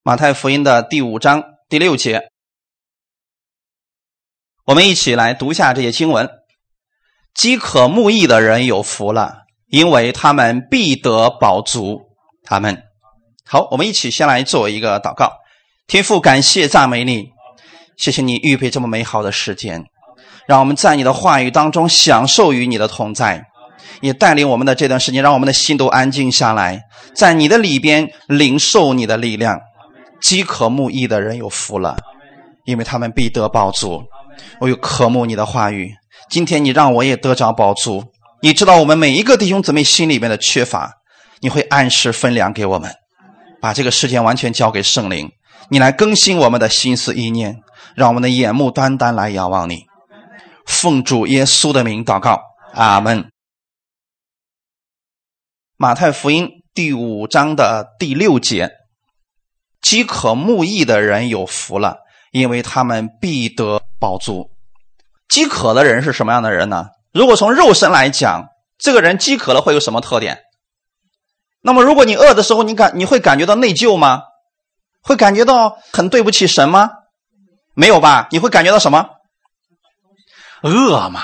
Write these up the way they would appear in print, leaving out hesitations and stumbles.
马太福音的第5章第6节，我们一起来读下这些经文。饥渴慕义的人有福了，因为他们必得饱足。阿们。好，我们一起先来做一个祷告。天父，感谢赞美你，谢谢你预备这么美好的时间，让我们在你的话语当中享受与你的同在，也带领我们的这段时间，让我们的心都安静下来，在你的里边领受你的力量。饥渴慕义的人有福了，因为他们必得饱足。我有渴慕你的话语，今天你让我也得着饱足。你知道我们每一个弟兄姊妹心里面的缺乏，你会按时分粮给我们，把这个时间完全交给圣灵，你来更新我们的心思意念，让我们的眼目单单来仰望你。奉主耶稣的名祷告，阿们。马太福音第5章的第6节，饥渴慕义的人有福了，因为他们必得饱足。饥渴的人是什么样的人呢？如果从肉身来讲，这个人饥渴了会有什么特点？那么如果你饿的时候，你会感觉到内疚吗？会感觉到很对不起神吗？没有吧？你会感觉到什么？饿嘛。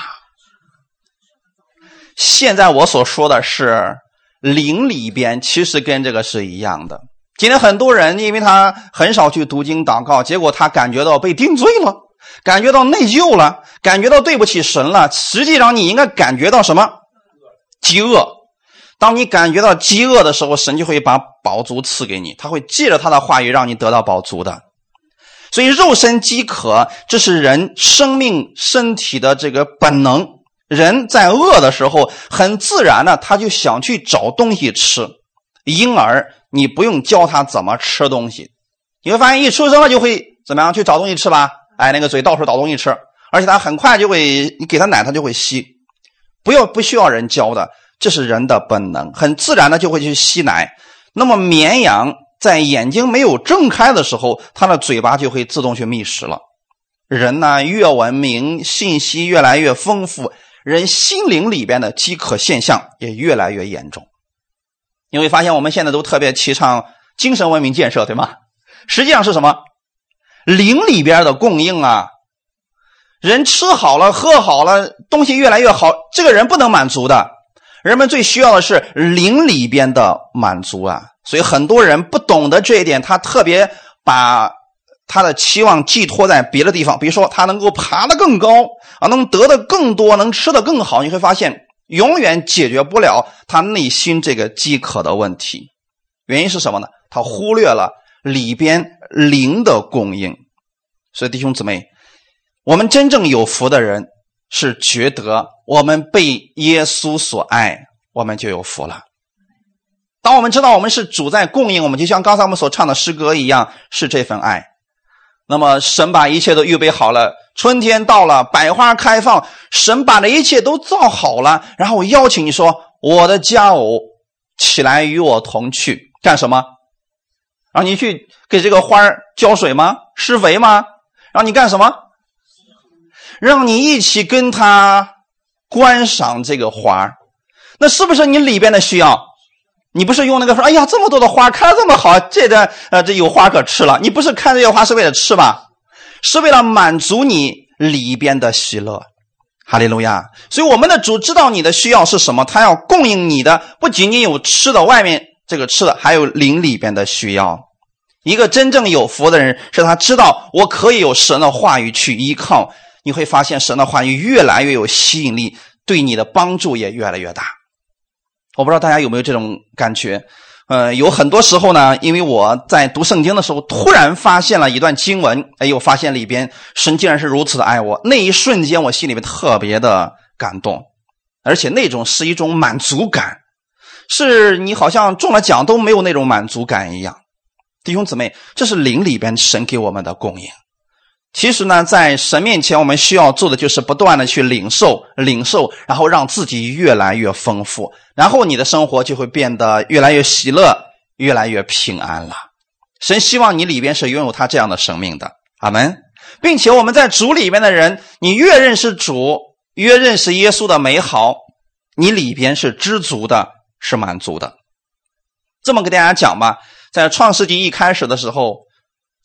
现在我所说的是灵里边，其实跟这个是一样的。今天很多人因为他很少去读经祷告，结果他感觉到被定罪了，感觉到内疚了，感觉到对不起神了。实际上你应该感觉到什么？饥饿。当你感觉到饥饿的时候，神就会把饱足赐给你，他会借着他的话语让你得到饱足的。所以肉身饥渴，这是人生命身体的这个本能。人在饿的时候很自然的他就想去找东西吃，因而你不用教他怎么吃东西，你会发现一出生了就会怎么样去找东西吃吧，那个嘴到处找东西吃，而且他很快就会，你给他奶他就会吸，不需要人教的，这是人的本能，很自然的就会去吸奶。那么绵羊在眼睛没有睁开的时候，它的嘴巴就会自动去觅食了。人呢，越文明，信息越来越丰富，人心灵里边的饥渴现象也越来越严重。你会发现我们现在都特别提倡精神文明建设，对吗？实际上是什么？灵里边的供应啊，人吃好了喝好了，东西越来越好，这个人不能满足的，人们最需要的是灵里边的满足啊。所以很多人不懂得这一点，他特别把他的期望寄托在别的地方，比如说他能够爬得更高啊，能得的更多，能吃得更好，你会发现永远解决不了他内心这个饥渴的问题。原因是什么呢？他忽略了里边灵的供应。所以弟兄姊妹，我们真正有福的人是觉得我们被耶稣所爱，我们就有福了。当我们知道我们是主在供应我们，就像刚才我们所唱的诗歌一样，是这份爱。那么神把一切都预备好了，春天到了，百花开放，神把这一切都造好了，然后我邀请你说，我的佳偶起来与我同去，干什么？让你去给这个花浇水吗？施肥吗？让你干什么？让你一起跟他观赏这个花。那是不是你里边的需要？你不是用那个说，哎呀，这么多的花开得这么好，这有花可吃了。你不是看这些花是为了吃吧？是为了满足你里边的喜乐。哈利路亚。所以我们的主知道你的需要是什么，他要供应你的不仅仅有吃的，外面这个吃的，还有灵里边的需要。一个真正有福的人是他知道我可以有神的话语去依靠，你会发现神的话语越来越有吸引力，对你的帮助也越来越大。我不知道大家有没有这种感觉。有很多时候呢，因为我在读圣经的时候突然发现了一段经文，我发现里边神竟然是如此的爱我，那一瞬间我心里面特别的感动，而且那种是一种满足感，是你好像中了奖都没有那种满足感一样。弟兄姊妹，这是灵里边神给我们的供应。其实呢，在神面前我们需要做的就是不断的去领受，然后让自己越来越丰富，然后你的生活就会变得越来越喜乐，越来越平安了。神希望你里边是拥有他这样的生命的。阿们。并且我们在主里面的人，你越认识主，越认识耶稣的美好，你里边是知足的，是满足的。这么给大家讲吧，在创世纪一开始的时候，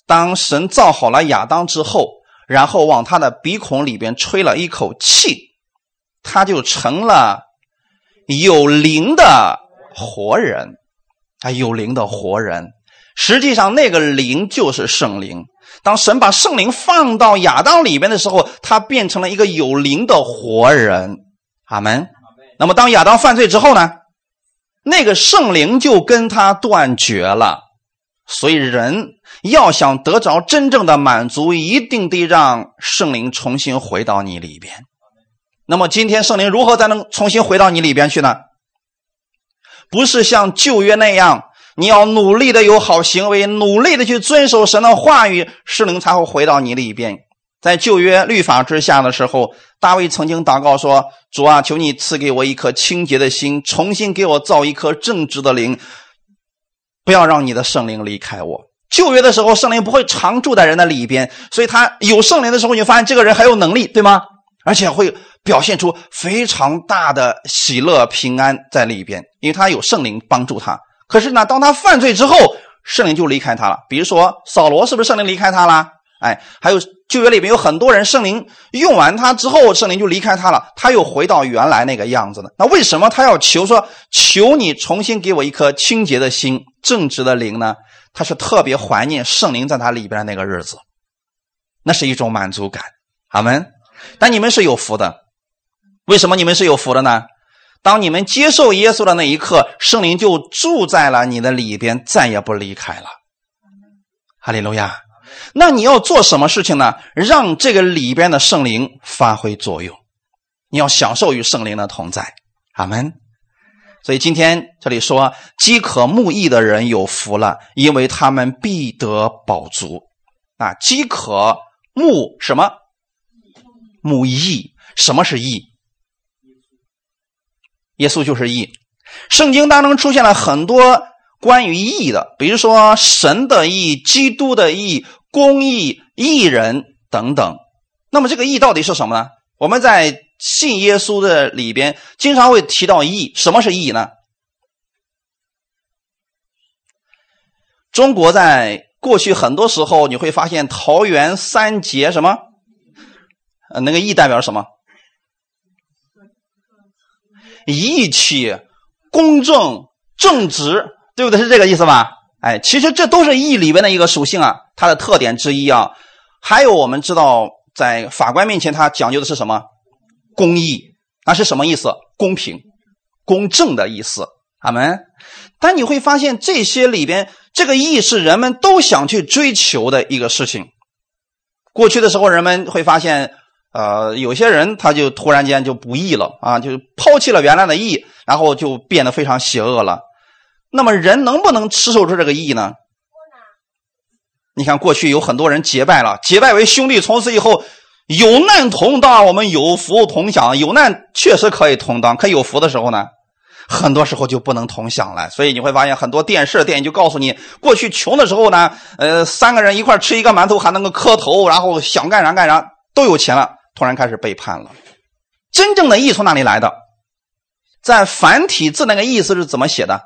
当神造好了亚当之后，然后往他的鼻孔里边吹了一口气，他就成了有灵的活人。有灵的活人，实际上那个灵就是圣灵。当神把圣灵放到亚当里边的时候，他变成了一个有灵的活人。阿们。那么当亚当犯罪之后呢，那个圣灵就跟他断绝了。所以人要想得着真正的满足，一定得让圣灵重新回到你里边。那么今天圣灵如何才能重新回到你里边去呢？不是像旧约那样，你要努力的有好行为，努力的去遵守神的话语，圣灵才会回到你里边。在旧约律法之下的时候，大卫曾经祷告说，主啊，求你赐给我一颗清洁的心，重新给我造一颗正直的灵，不要让你的圣灵离开我。旧约的时候圣灵不会常住在人的里边，所以他有圣灵的时候，你发现这个人很有能力，对吗？而且会表现出非常大的喜乐平安在里边，因为他有圣灵帮助他。可是呢，当他犯罪之后，圣灵就离开他了。比如说扫罗，是不是圣灵离开他了？还有旧约里面有很多人，圣灵用完他之后，圣灵就离开他了，他又回到原来那个样子呢。那为什么他要求说，求你重新给我一颗清洁的心，正直的灵呢？他是特别怀念圣灵在他里边的那个日子，那是一种满足感。阿们。但你们是有福的。为什么你们是有福的呢？当你们接受耶稣的那一刻，圣灵就住在了你的里边，再也不离开了。哈利路亚。那你要做什么事情呢？让这个里边的圣灵发挥作用，你要享受与圣灵的同在。阿们。所以今天这里说，饥渴慕义的人有福了，因为他们必得饱足。饥渴慕什么？慕义。什么是义？耶稣就是义。圣经当中出现了很多关于义的，比如说神的义、基督的义、公义、义人等等。那么这个义到底是什么呢？我们在信耶稣的里边经常会提到义。什么是义呢？中国在过去很多时候你会发现桃园三结什么？那个义代表什么？义气、公正、正直，对不对？是这个意思吧？其实这都是义里边的一个属性啊，它的特点之一啊。还有我们知道在法官面前他讲究的是什么？公义。那是什么意思？公平、公正的意思。阿们。但你会发现这些里边，这个义是人们都想去追求的一个事情。过去的时候人们会发现有些人他就突然间就不义了啊，就抛弃了原来的义，然后就变得非常邪恶了。那么人能不能持守住这个义呢？你看过去有很多人结拜了，结拜为兄弟，从此以后有难同当，我们有福同享。有难确实可以同当，可有福的时候呢，很多时候就不能同享了。所以你会发现很多电影就告诉你，过去穷的时候呢三个人一块吃一个馒头还能够磕头，然后想干啥干啥，都有钱了，突然开始背叛了。真正的义从哪里来的？在繁体字那个意思是怎么写的？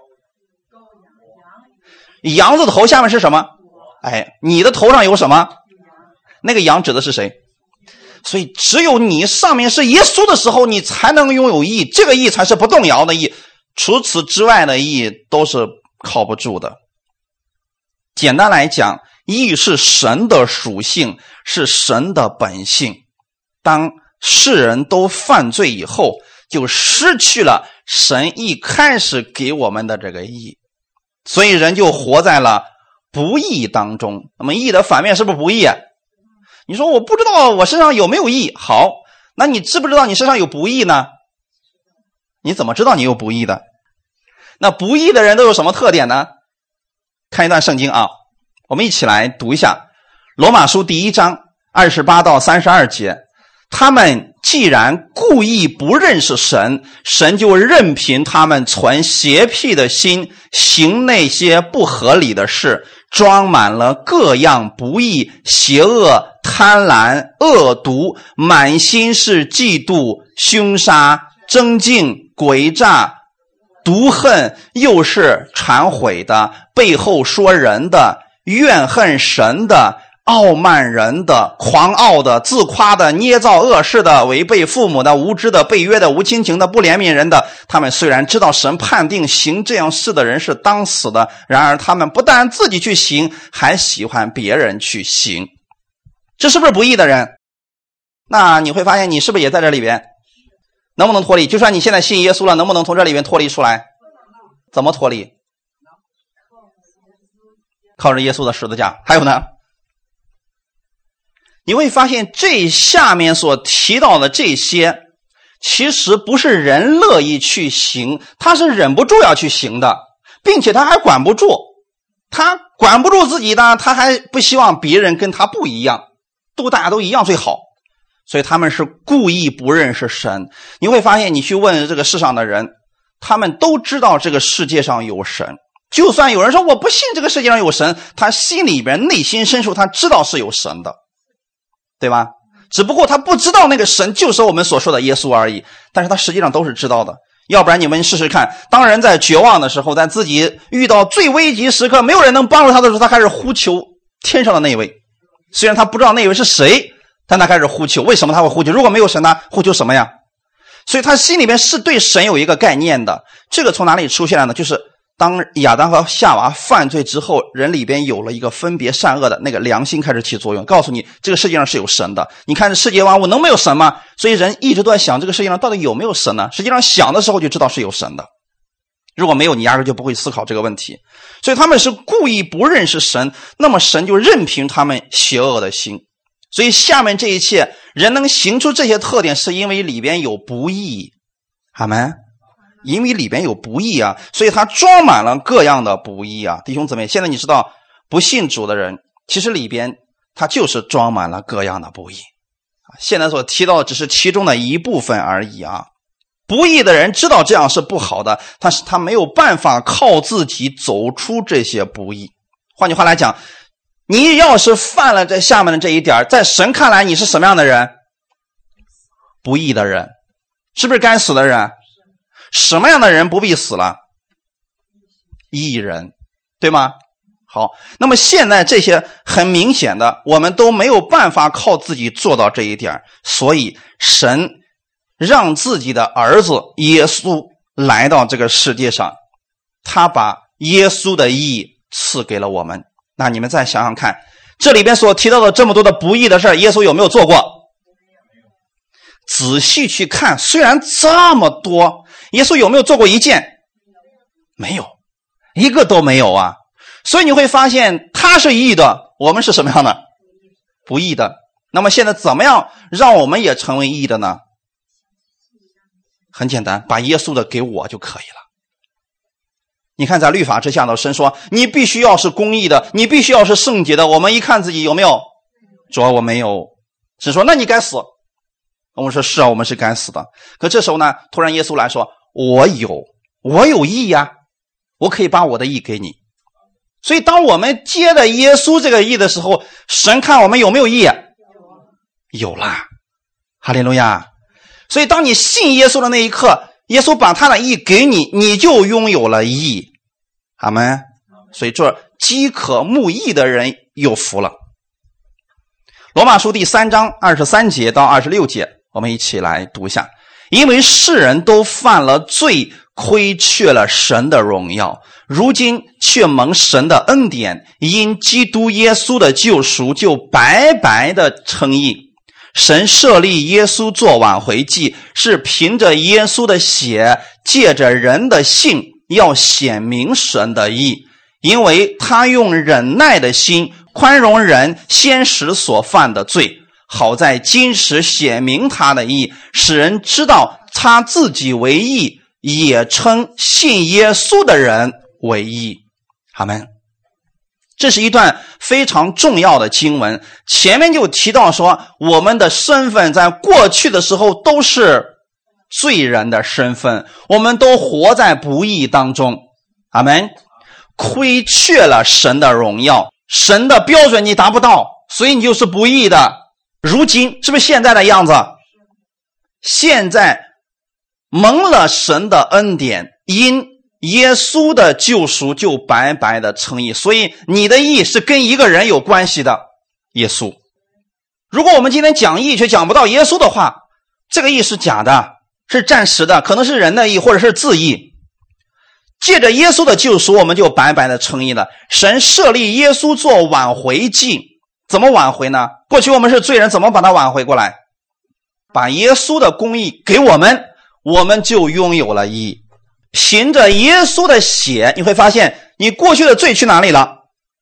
羊字头下面是什么？你的头上有什么？那个羊指的是谁？所以只有你上面是耶稣的时候，你才能拥有义，这个义才是不动摇的义，除此之外的义都是靠不住的。简单来讲，义是神的属性，是神的本性。当世人都犯罪以后，就失去了神一开始给我们的这个义，所以人就活在了不义当中。那么义的反面是不是不义？你说我不知道我身上有没有义，好，那你知不知道你身上有不义呢？你怎么知道你有不义的？那不义的人都有什么特点呢？看一段圣经啊，我们一起来读一下罗马书第1章28到32节。他们既然故意不认识神，神就任凭他们存邪僻的心，行那些不合理的事，装满了各样不义、邪恶、贪婪、恶毒，满心是嫉妒、凶杀、争竞、诡诈、毒恨，又是传毁的，背后说人的， 怨恨神的、傲慢人的、狂傲的、自夸的、捏造恶事的、违背父母的、无知的、背约的、无亲情的、不怜悯人的。他们虽然知道神判定行这样事的人是当死的，然而他们不但自己去行，还喜欢别人去行。这是不是不义的人？那你会发现你是不是也在这里边？能不能脱离？就算你现在信耶稣了，能不能从这里边脱离出来？怎么脱离？靠着耶稣的十字架。还有呢，你会发现这下面所提到的这些其实不是人乐意去行，他是忍不住要去行的，并且他还管不住，他管不住自己呢，他还不希望别人跟他不一样，大家都一样最好，所以他们是故意不认识神。你会发现你去问这个世上的人，他们都知道这个世界上有神，就算有人说我不信这个世界上有神，他心里边内心深处他知道是有神的，对吧？只不过他不知道那个神就是我们所说的耶稣而已，但是他实际上都是知道的。要不然你们试试看，当人在绝望的时候，在自己遇到最危急时刻没有人能帮助他的时候，他开始呼求天上的那位，虽然他不知道那位是谁，但他开始呼求。为什么他会呼求？如果没有神，他呼求什么呀？所以他心里面是对神有一个概念的。这个从哪里出现了呢？就是当亚当和夏娃犯罪之后，人里边有了一个分别善恶的那个良心开始起作用，告诉你这个世界上是有神的。你看世界万物能没有神吗？所以人一直都在想这个世界上到底有没有神呢？实际上想的时候就知道是有神的，如果没有，你压根就不会思考这个问题。所以他们是故意不认识神，那么神就任凭他们邪恶的心。所以下面这一切人能行出这些特点，是因为里边有不义。阿们。因为里边有不义啊，所以他装满了各样的不义啊。弟兄姊妹，现在你知道不信主的人其实里边他就是装满了各样的不义，现在所提到的只是其中的一部分而已啊。不义的人知道这样是不好的，但是他没有办法靠自己走出这些不义。换句话来讲，你要是犯了这下面的这一点，在神看来你是什么样的人？不义的人，是不是该死的人？什么样的人不必死了？义人，对吗？好，那么现在这些很明显的我们都没有办法靠自己做到这一点，所以神让自己的儿子耶稣来到这个世界上，他把耶稣的义赐给了我们。那你们再想想看，这里边所提到的这么多的不义的事，耶稣有没有做过？仔细去看，虽然这么多，耶稣有没有做过一件？没有，一个都没有啊。所以你会发现他是义的，我们是什么样的？不义的。那么现在怎么样让我们也成为义的呢？很简单，把耶稣的给我就可以了。你看在律法之下的神说你必须要是公义的，你必须要是圣洁的，我们一看自己有没有？主要我没有，只说那你该死。我们说是啊，我们是该死的。可这时候呢，突然耶稣来说我有义呀，我可以把我的义给你。所以当我们接了耶稣这个义的时候，神看我们有没有义？有啦，哈利路亚。所以当你信耶稣的那一刻，耶稣把他的义给你，你就拥有了义。阿们。所以这饥渴慕义的人有福了。罗马书第3章23节到26节，我们一起来读一下。因为世人都犯了罪，亏缺了神的荣耀，如今却蒙神的恩典，因基督耶稣的救赎，就白白的称义。神设立耶稣做挽回祭，是凭着耶稣的血，借着人的信，要显明神的义，因为他用忍耐的心宽容人先时所犯的罪，好在今时显明他的义，使人知道他自己为义，也称信耶稣的人为义。阿们。这是一段非常重要的经文，前面就提到说我们的身份在过去的时候都是罪人的身份，我们都活在不义当中。阿们。亏缺了神的荣耀，神的标准你达不到，所以你就是不义的。如今是不是现在的样子？现在蒙了神的恩典，因耶稣的救赎就白白的称义。所以你的义是跟一个人有关系的，耶稣。如果我们今天讲义却讲不到耶稣的话，这个义是假的，是暂时的，可能是人的义或者是自义。借着耶稣的救赎，我们就白白的称义了。神设立耶稣做挽回祭，怎么挽回呢？过去我们是罪人，怎么把它挽回过来？把耶稣的公义给我们，我们就拥有了义。凭着耶稣的血，你会发现你过去的罪去哪里了？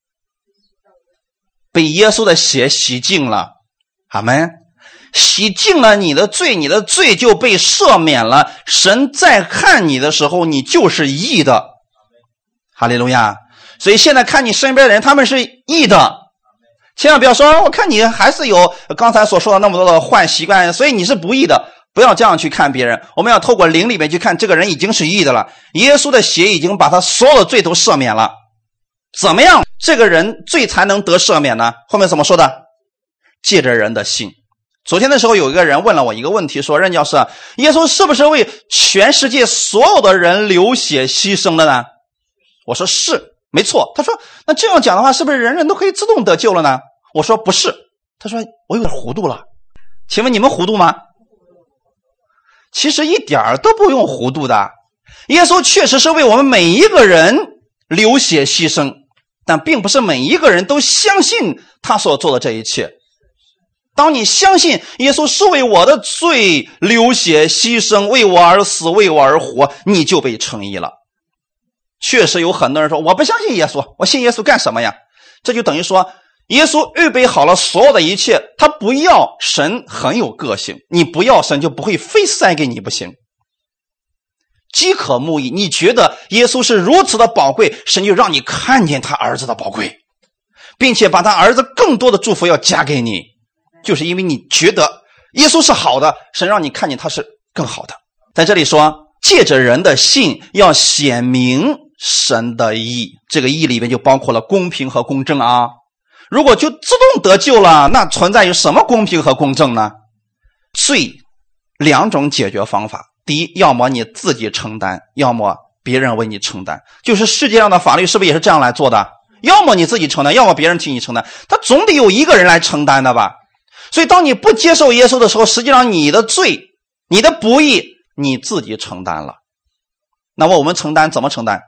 被耶稣的血洗净了。阿们。洗净了你的罪，你的罪就被赦免了。神在看你的时候，你就是义的。哈利路亚。所以现在看你身边的人，他们是义的。千万不要说我看你还是有刚才所说的那么多的坏习惯，所以你是不义的。不要这样去看别人，我们要透过灵里面去看这个人已经是义的了。耶稣的血已经把他所有的罪都赦免了。怎么样这个人罪才能得赦免呢？后面怎么说的？借着人的信。昨天的时候有一个人问了我一个问题，说任教师，耶稣是不是为全世界所有的人流血牺牲的呢？我说是，没错。他说那这样讲的话，是不是人人都可以自动得救了呢？我说不是。他说我有点糊涂了。请问你们糊涂吗？其实一点都不用糊涂的。耶稣确实是为我们每一个人流血牺牲，但并不是每一个人都相信他所做的这一切。当你相信耶稣是为我的罪流血牺牲，为我而死，为我而活，你就被称义了。确实有很多人说我不相信耶稣，我信耶稣干什么呀？这就等于说耶稣预备好了所有的一切，他不要，神很有个性，你不要神就不会非塞给你不行。饥渴慕义，你觉得耶稣是如此的宝贵，神就让你看见他儿子的宝贵，并且把他儿子更多的祝福要加给你，就是因为你觉得耶稣是好的，神让你看见他是更好的。在这里说借着人的信要显明神的义，这个义里面就包括了公平和公正啊。如果就自动得救了，那存在于什么公平和公正呢？罪两种解决方法，第一，要么你自己承担，要么别人为你承担。就是世界上的法律是不是也是这样来做的？要么你自己承担，要么别人替你承担，他总得有一个人来承担的吧。所以当你不接受耶稣的时候，实际上你的罪，你的不义你自己承担了。那么我们承担怎么承担？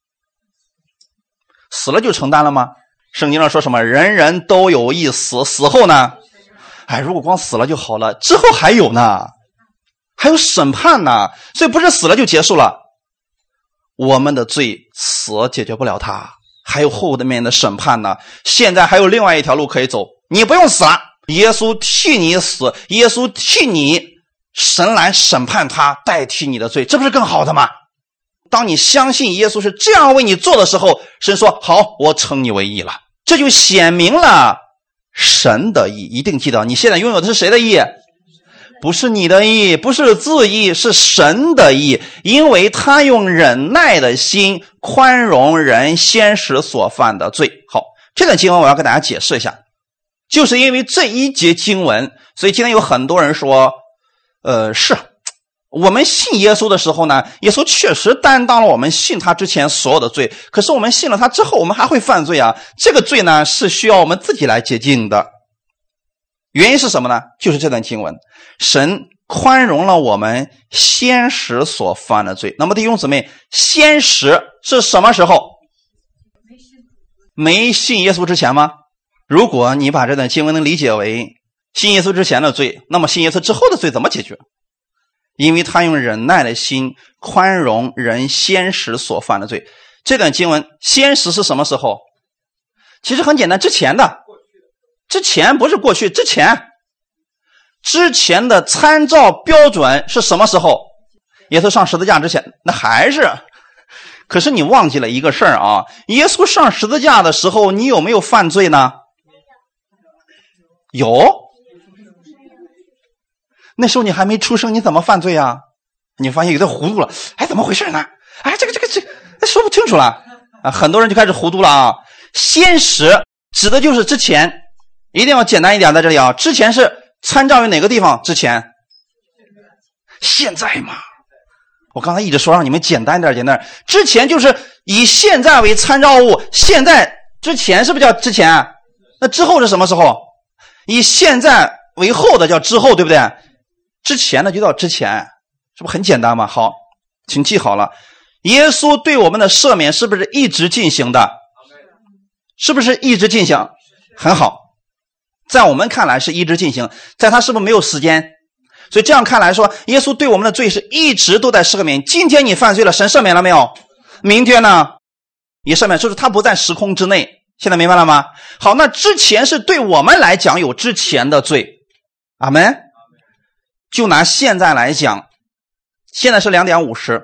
死了就承担了吗？圣经上说什么？人人都有一死，死后呢？如果光死了就好了，之后还有呢，还有审判呢。所以不是死了就结束了。我们的罪死解决不了它，还有后面的审判呢。现在还有另外一条路可以走，你不用死了，耶稣替你死，耶稣替你，神来审判他，代替你的罪，这不是更好的吗？当你相信耶稣是这样为你做的时候，神说好，我称你为义了，这就显明了神的义。一定记得你现在拥有的是谁的义？不是你的义，不是自义，是神的义，因为他用忍耐的心宽容人先时所犯的罪。好，这段经文我要给大家解释一下，就是因为这一节经文，所以今天有很多人说是我们信耶稣的时候呢，耶稣确实担当了我们信他之前所有的罪，可是我们信了他之后，我们还会犯罪啊。这个罪呢是需要我们自己来洁净的。原因是什么呢？就是这段经文，神宽容了我们先时所犯的罪。那么弟兄姊妹，先时是什么时候？没信耶稣之前吗？如果你把这段经文能理解为信耶稣之前的罪，那么信耶稣之后的罪怎么解决？因为他用忍耐的心宽容人先时所犯的罪。这段经文先时是什么时候？其实很简单，之前的，之前不是过去，之前的参照标准是什么时候？耶稣上十字架之前，那还是。可是你忘记了一个事儿啊，耶稣上十字架的时候，你有没有犯罪呢？有。那时候你还没出生，你怎么犯罪啊？你发现有点糊涂了，怎么回事呢？这个说不清楚了啊！很多人就开始糊涂了啊。先时指的就是之前，一定要简单一点，在这里啊，之前是参照于哪个地方？之前，现在嘛， 我刚才一直说让你们简单点，简单点。之前就是以现在为参照物，现在之前是不是叫之前？那之后是什么时候？以现在为后的叫之后，对不对？之前的就叫之前，是不是很简单嘛？好，请记好了，耶稣对我们的赦免是不是一直进行的？是不是一直进行？很好，在我们看来是一直进行，在他是不是没有时间？所以这样看来说，耶稣对我们的罪是一直都在赦免。今天你犯罪了，神赦免了没有？明天呢也赦免，就是他不在时空之内。现在明白了吗？好，那之前是对我们来讲有之前的罪。阿们。就拿现在来讲，现在是2点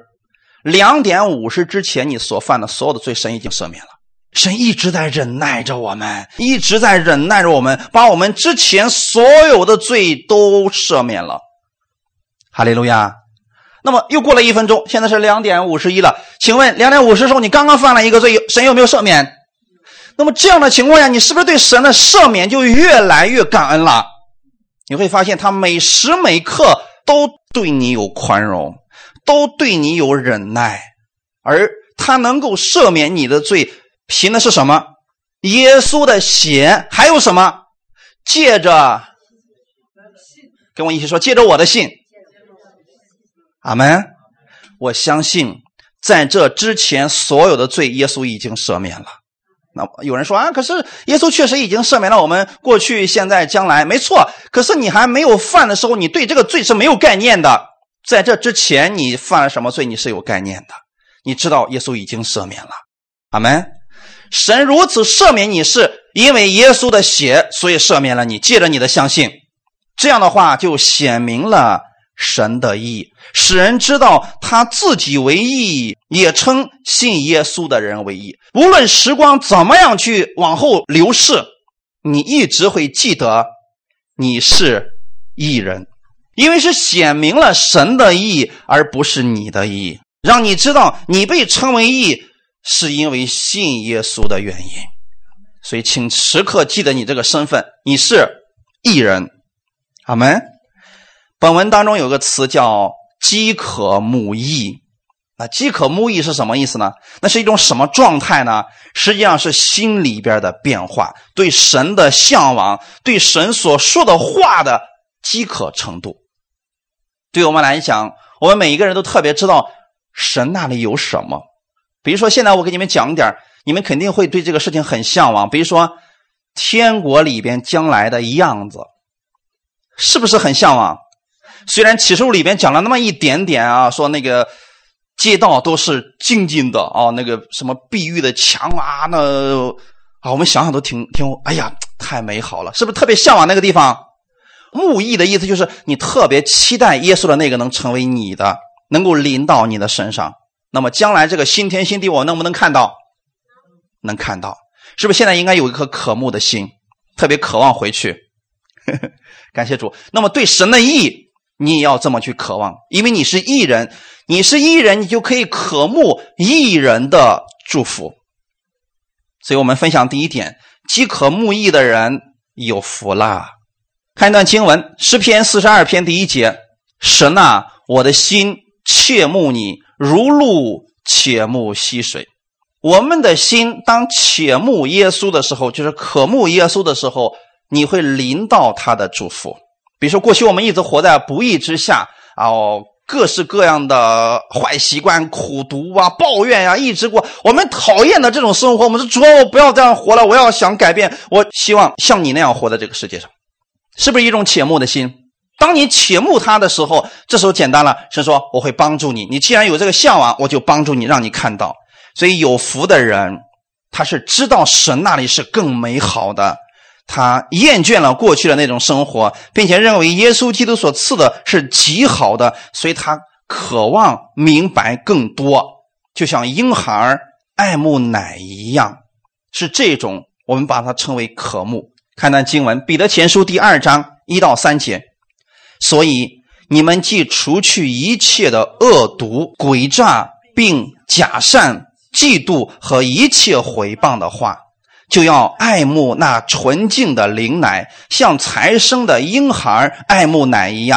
50，2点50之前你所犯的所有的罪，神已经赦免了。神一直在忍耐着我们，一直在忍耐着我们，把我们之前所有的罪都赦免了。哈利路亚。那么又过了1分钟，现在是2点51了。请问2点50的时候你刚刚犯了一个罪，神有没有赦免？那么这样的情况下，你是不是对神的赦免就越来越感恩了？你会发现他每时每刻都对你有宽容，都对你有忍耐，而他能够赦免你的罪，凭的是什么？耶稣的血，还有什么？借着，跟我一起说，借着我的信。阿们。我相信在这之前所有的罪耶稣已经赦免了。那有人说啊，可是耶稣确实已经赦免了我们过去现在将来，没错，可是你还没有犯的时候，你对这个罪是没有概念的。在这之前你犯了什么罪你是有概念的，你知道耶稣已经赦免了。阿们。神如此赦免你，是因为耶稣的血，所以赦免了你，借着你的相信。这样的话就显明了神的义，使人知道他自己为义，也称信耶稣的人为义。无论时光怎么样去往后流逝，你一直会记得你是义人，因为是显明了神的义，而不是你的义，让你知道你被称为义是因为信耶稣的原因。所以请时刻记得你这个身份，你是义人。阿们。本文当中有个词叫饥渴慕义。那饥渴慕义是什么意思呢？那是一种什么状态呢？实际上是心里边的变化，对神的向往，对神所说的话的饥渴程度。对我们来讲，我们每一个人都特别知道神那里有什么。比如说现在我给你们讲一点，你们肯定会对这个事情很向往。比如说天国里边将来的样子，是不是很向往？虽然启示录里边讲了那么一点点啊，说那个街道都是静静的啊，那个什么碧玉的墙啊，那啊我们想想都挺哎呀太美好了，是不是特别向往那个地方？慕义的意思就是你特别期待耶稣的那个能成为你的，能够临到你的身上。那么将来这个新天新地我能不能看到？能看到。是不是现在应该有一颗渴慕的心，特别渴望回去？感谢主。那么对神的义你也要这么去渴望，因为你是义人，你是义人，你就可以渴慕义人的祝福。所以我们分享第一点，饥渴慕义的人有福啦。看一段经文，诗篇42篇第1节，神啊，我的心切慕你，如鹿切慕溪水。我们的心当切慕耶稣的时候，就是渴慕耶稣的时候，你会临到他的祝福。比如说过去我们一直活在不义之下各式各样的坏习惯，苦毒啊，抱怨啊，一直过我们讨厌的这种生活，我们说主啊，我不要这样活了，我要想改变，我希望像你那样活在这个世界上。是不是一种切慕的心？当你切慕他的时候，这时候简单了，神说我会帮助你，你既然有这个向往，我就帮助你，让你看到。所以有福的人他是知道神那里是更美好的，他厌倦了过去的那种生活，并且认为耶稣基督所赐的是极好的，所以他渴望明白更多，就像婴孩爱慕奶一样，是这种我们把它称为渴慕。看段经文，彼得前书第2章1到3节，所以你们既除去一切的恶毒、诡诈，并假善、嫉妒和一切毁谤的话，就要爱慕那纯净的灵奶，像才生的婴孩爱慕奶一样，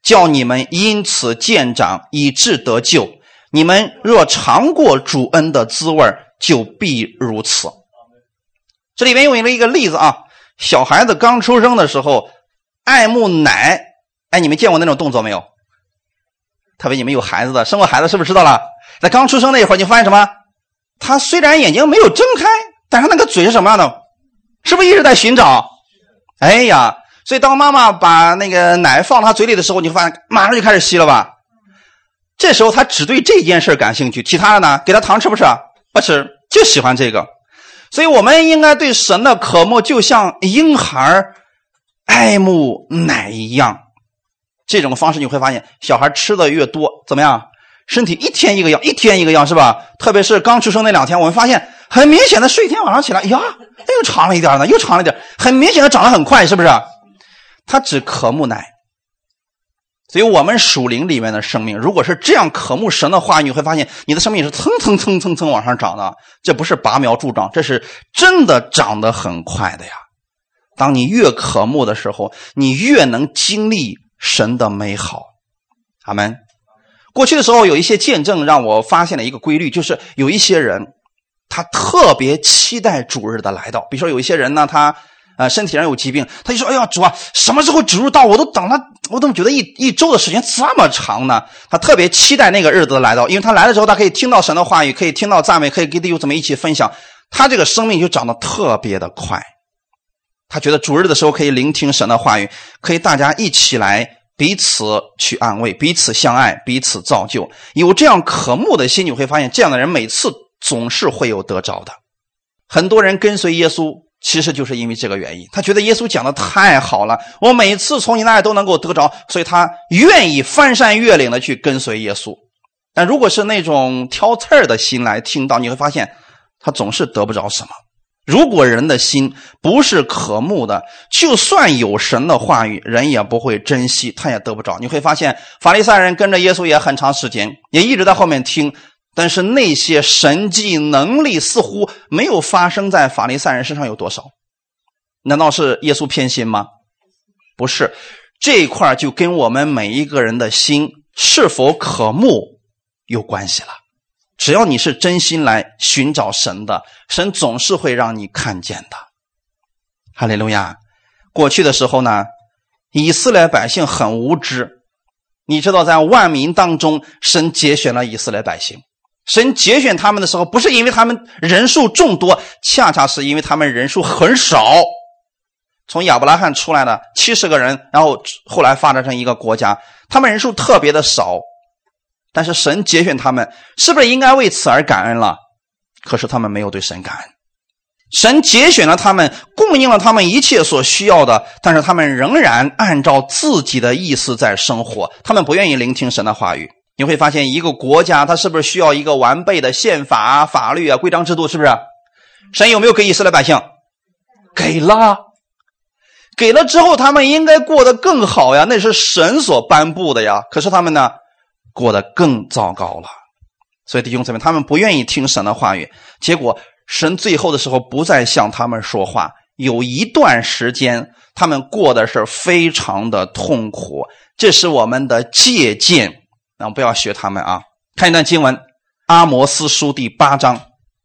叫你们因此渐长，以致得救。你们若尝过主恩的滋味，就必如此。这里面用了一个例子啊，小孩子刚出生的时候爱慕奶，你们见过那种动作没有？特别你们有孩子的，生过孩子是不是知道了？在刚出生那会儿，你发现什么？他虽然眼睛没有睁开，但是那个嘴是什么样的？是不是一直在寻找？所以当妈妈把那个奶放他嘴里的时候，你会发现马上就开始吸了吧？这时候他只对这件事感兴趣，其他的呢？给他糖吃不吃？不吃，就喜欢这个。所以我们应该对神的渴慕就像婴孩爱慕奶一样。这种方式你会发现小孩吃的越多怎么样？身体一天一个样，一天一个样，是吧？特别是刚出生那2天，我们发现很明显的睡一天晚上起来又长了一点呢，又长了一点，很明显的长得很快，是不是？他只渴慕奶。所以我们属灵里面的生命如果是这样渴慕神的话，你会发现你的生命是蹭蹭蹭蹭蹭往上涨的，这不是拔苗助长，这是真的长得很快的呀。当你越渴慕的时候，你越能经历神的美好。阿们。过去的时候有一些见证让我发现了一个规律，就是有一些人他特别期待主日的来到。比如说有一些人呢，他身体上有疾病，他就说哎呀主啊，什么时候主日到？我都等了，我怎么觉得一周的时间这么长呢？他特别期待那个日子的来到，因为他来的时候他可以听到神的话语，可以听到赞美，可以跟弟兄姊妹一起分享，他这个生命就长得特别的快。他觉得主日的时候可以聆听神的话语，可以大家一起来彼此去安慰，彼此相爱，彼此造就。有这样渴慕的心，你会发现这样的人每次总是会有得着的。很多人跟随耶稣其实就是因为这个原因，他觉得耶稣讲的太好了，我每次从你那里都能够得着，所以他愿意翻山越岭的去跟随耶稣。但如果是那种挑刺儿的心来听到，你会发现他总是得不着什么。如果人的心不是渴慕的，就算有神的话语，人也不会珍惜，他也得不着。你会发现法利赛人跟着耶稣也很长时间，也一直在后面听，但是那些神迹能力似乎没有发生在法利赛人身上有多少？难道是耶稣偏心吗？不是，这一块就跟我们每一个人的心是否渴慕有关系了。只要你是真心来寻找神的，神总是会让你看见的。哈利路亚。过去的时候呢，以色列百姓很无知，你知道在万民当中神节选了以色列百姓，神节选他们的时候不是因为他们人数众多，恰恰是因为他们人数很少。从亚伯拉罕出来的70个人，然后后来发展成一个国家，他们人数特别的少，但是神节选他们，是不是应该为此而感恩了？可是他们没有对神感恩。神节选了他们，供应了他们一切所需要的，但是他们仍然按照自己的意思在生活，他们不愿意聆听神的话语。你会发现一个国家它是不是需要一个完备的宪法啊、法律啊、规章制度，是不是？神有没有给以色列百姓？给了。给了之后他们应该过得更好呀，那是神所颁布的呀。可是他们呢，过得更糟糕了。所以弟兄姊妹，他们不愿意听神的话语，结果神最后的时候不再向他们说话，有一段时间他们过的是非常的痛苦。这是我们的借鉴，不要学他们啊。看一段经文，阿摩斯书第8章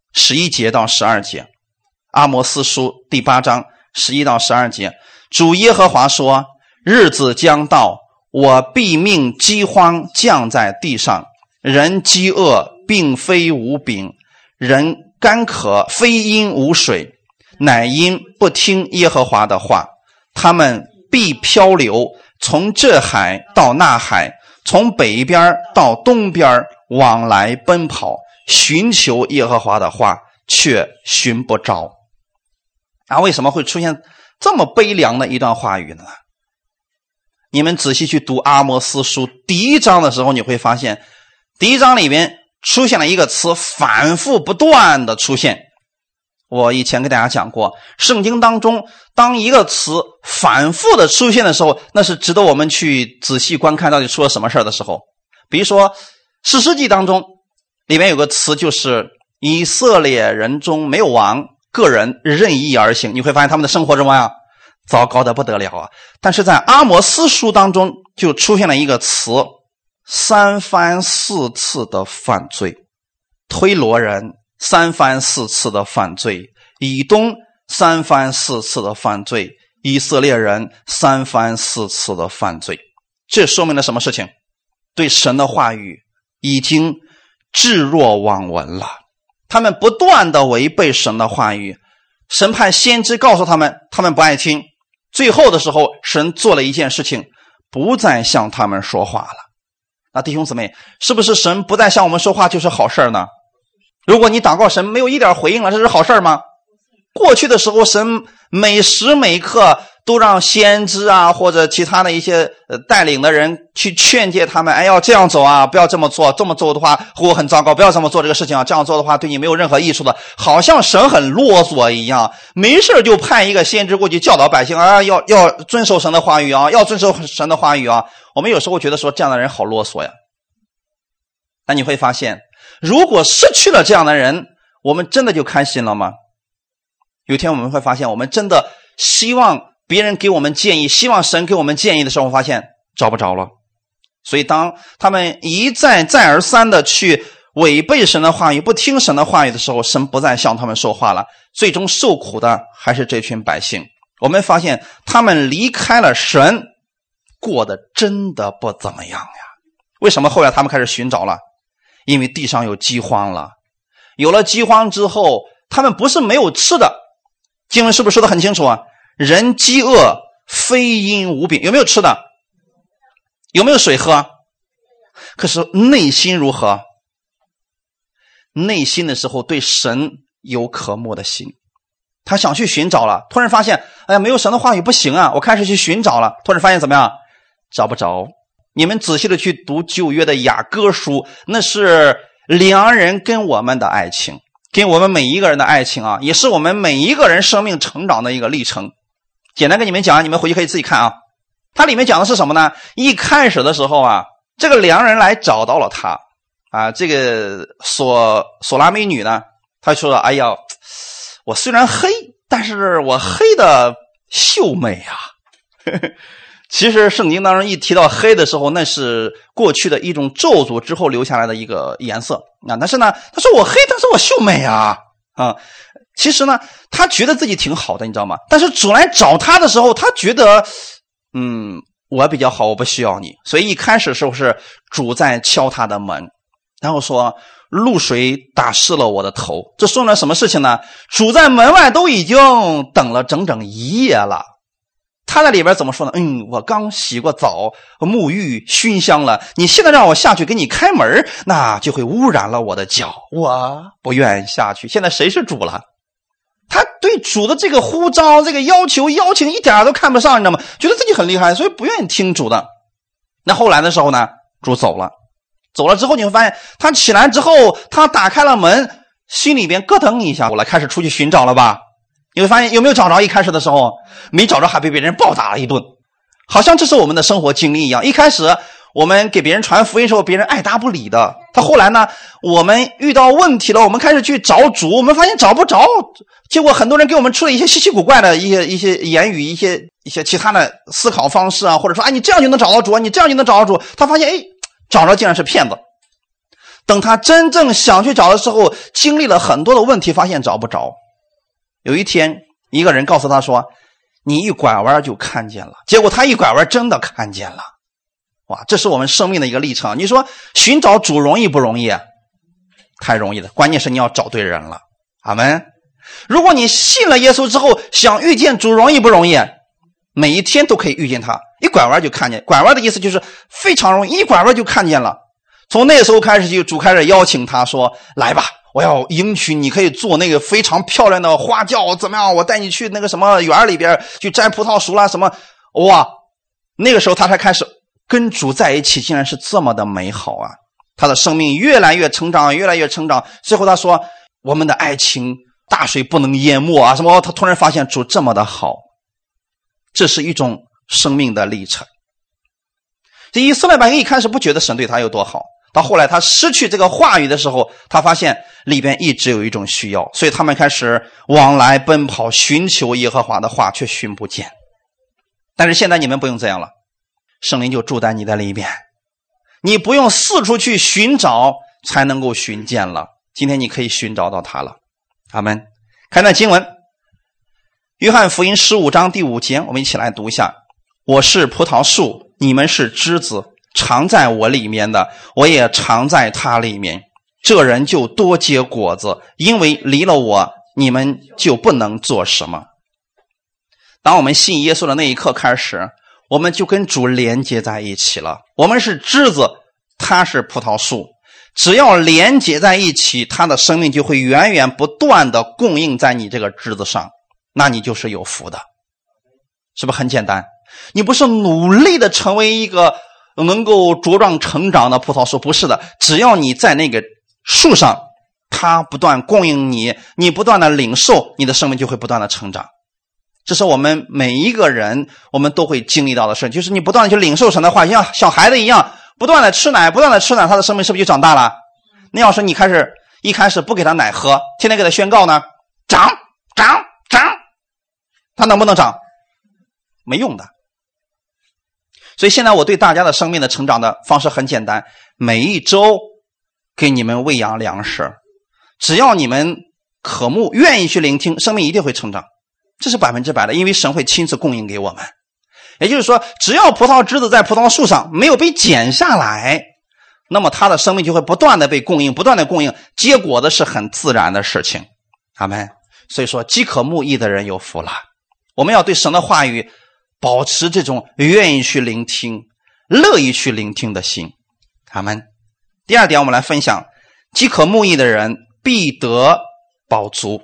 11节到12节。阿摩斯书第8章11到12节，主耶和华说，日子将到，我必命饥荒降在地上，人饥饿并非无饼，人干渴非因无水，乃因不听耶和华的话。他们必漂流，从这海到那海，从北边到东边，往来奔跑，寻求耶和华的话，却寻不着。为什么会出现这么悲凉的一段话语呢？你们仔细去读阿摩斯书第1章的时候，你会发现第1章里面出现了一个词，反复不断的出现。我以前给大家讲过，圣经当中当一个词反复的出现的时候，那是值得我们去仔细观看到底出了什么事的时候。比如说士师记当中里面有个词，就是以色列人中没有王，个人任意而行。你会发现他们的生活中糟糕的不得了啊！但是在阿摩斯书当中就出现了一个词，3番4次的犯罪。推罗人3番4次的犯罪，以东3番4次的犯罪，以色列人3番4次的犯罪。这说明了什么事情？对神的话语已经置若罔闻了，他们不断的违背神的话语，神派先知告诉他们，他们不爱听，最后的时候神做了一件事情，不再向他们说话了。那弟兄姊妹，是不是神不再向我们说话就是好事呢？如果你祷告神没有一点回应了，这是好事吗？过去的时候神每时每刻都让先知啊或者其他的一些带领的人去劝诫他们，哎，要这样走啊，不要这么做，这么做的话会很糟糕，不要这么做这个事情啊，这样做的话对你没有任何益处的。好像神很啰嗦一样，没事就派一个先知过去教导百姓啊，要遵守神的话语啊，要遵守神的话语啊。我们有时候觉得说这样的人好啰嗦呀。但你会发现，如果失去了这样的人，我们真的就开心了吗？有一天我们会发现，我们真的希望别人给我们建议，希望神给我们建议的时候，我发现找不着了。所以当他们一再而三的去违背神的话语，不听神的话语的时候，神不再向他们说话了，最终受苦的还是这群百姓。我们发现他们离开了神，过得真的不怎么样呀。为什么后来他们开始寻找了？因为地上有饥荒了。有了饥荒之后，他们不是没有吃的，经文是不是说得很清楚啊？人饥饿，非因无饼。有没有吃的？有没有水喝？可是内心如何？内心的时候对神有渴慕的心，他想去寻找了，突然发现，哎呀，没有神的话语不行啊，我开始去寻找了，突然发现怎么样？找不着。你们仔细的去读旧约的雅歌书，那是良人跟我们的爱情，跟我们每一个人的爱情啊，也是我们每一个人生命成长的一个历程。简单跟你们讲，你们回去可以自己看啊。它里面讲的是什么呢？一开始的时候啊，这个良人来找到了他啊，这个索拉美女呢，她说了，哎呀，我虽然黑，但是我黑的秀美啊。其实圣经当中一提到黑的时候，那是过去的一种咒诅之后留下来的一个颜色啊。但是呢，他说我黑，但是我秀美啊。其实呢，他觉得自己挺好的，你知道吗？但是主来找他的时候，他觉得我比较好，我不需要你。所以一开始是不是主在敲他的门，然后说露水打湿了我的头。这说明了什么事情呢？主在门外都已经等了整整一夜了。他在里边怎么说呢？我刚洗过澡，沐浴熏香了，你现在让我下去给你开门，那就会污染了我的脚，我不愿意下去。现在谁是主了？他对主的这个呼召，这个要求邀请一点都看不上，你知道吗？觉得自己很厉害，所以不愿意听主的。那后来的时候呢，主走了之后，你会发现他起来之后，他打开了门，心里边咯噔一下，我来开始出去寻找了吧。你会发现有没有找着？一开始的时候没找着，还被别人暴打了一顿，好像这是我们的生活经历一样。一开始我们给别人传福音的时候，别人爱答不理的。他后来呢，我们遇到问题了，我们开始去找主，我们发现找不着，结果很多人给我们出了一些稀奇古怪的一些言语，一些其他的思考方式啊，或者说你这样就能找到主，你这样就能找到主。他发现找着竟然是骗子。等他真正想去找的时候，经历了很多的问题，发现找不着。有一天一个人告诉他说，你一拐弯就看见了。结果他一拐弯真的看见了。哇，这是我们生命的一个历程。你说寻找主容易不容易？太容易了，关键是你要找对人了。阿们。如果你信了耶稣之后想遇见主容易不容易？每一天都可以遇见他，一拐弯就看见。拐弯的意思就是非常容易，一拐弯就看见了。从那时候开始，主开始邀请他说，来吧，我要迎娶你，可以做那个非常漂亮的花轿，怎么样？我带你去那个什么园里边去摘葡萄树啦什么。哇，那个时候他才开始跟主在一起，竟然是这么的美好啊！他的生命越来越成长，越来越成长。最后他说，我们的爱情大水不能淹没啊什么。他突然发现主这么的好，这是一种生命的历程。这以色列百姓一开始不觉得神对他有多好，到后来他失去这个话语的时候，他发现里边一直有一种需要，所以他们开始往来奔跑，寻求耶和华的话，却寻不见。 但是现在你们不用这样了，圣灵就住在你的里面，你不用四处去寻找才能够寻见了，今天你可以寻找到他了。阿们。看那经文，约翰福音15章第5节，我们一起来读一下。我是葡萄树，你们是枝子，常在我里面的，我也常在他里面，这人就多结果子，因为离了我，你们就不能做什么。当我们信耶稣的那一刻开始，我们就跟主连接在一起了。我们是枝子，他是葡萄树，只要连接在一起，他的生命就会源源不断的供应在你这个枝子上，那你就是有福的。是不是很简单？你不是努力的成为一个能够茁壮成长的葡萄树，不是的，只要你在那个树上，它不断供应你，你不断的领受，你的生命就会不断的成长。这是我们每一个人我们都会经历到的事，就是你不断的去领受神的话，像小孩子一样不断的吃奶，他的生命是不是就长大了？那要是你一开始不给他奶喝，天天给他宣告呢，长，他能不能长？没用的。所以现在我对大家的生命的成长的方式很简单，每一周给你们喂养粮食，只要你们渴慕愿意去聆听，生命一定会成长，这是100%的，因为神会亲自供应给我们。也就是说，只要葡萄枝子在葡萄树上没有被剪下来，那么它的生命就会不断的被供应，不断的供应，结果的是很自然的事情。阿们。所以说饥渴慕义的人有福了。我们要对神的话语保持这种愿意去聆听、乐意去聆听的心。阿们。第二点，我们来分享饥渴慕义的人必得饱足。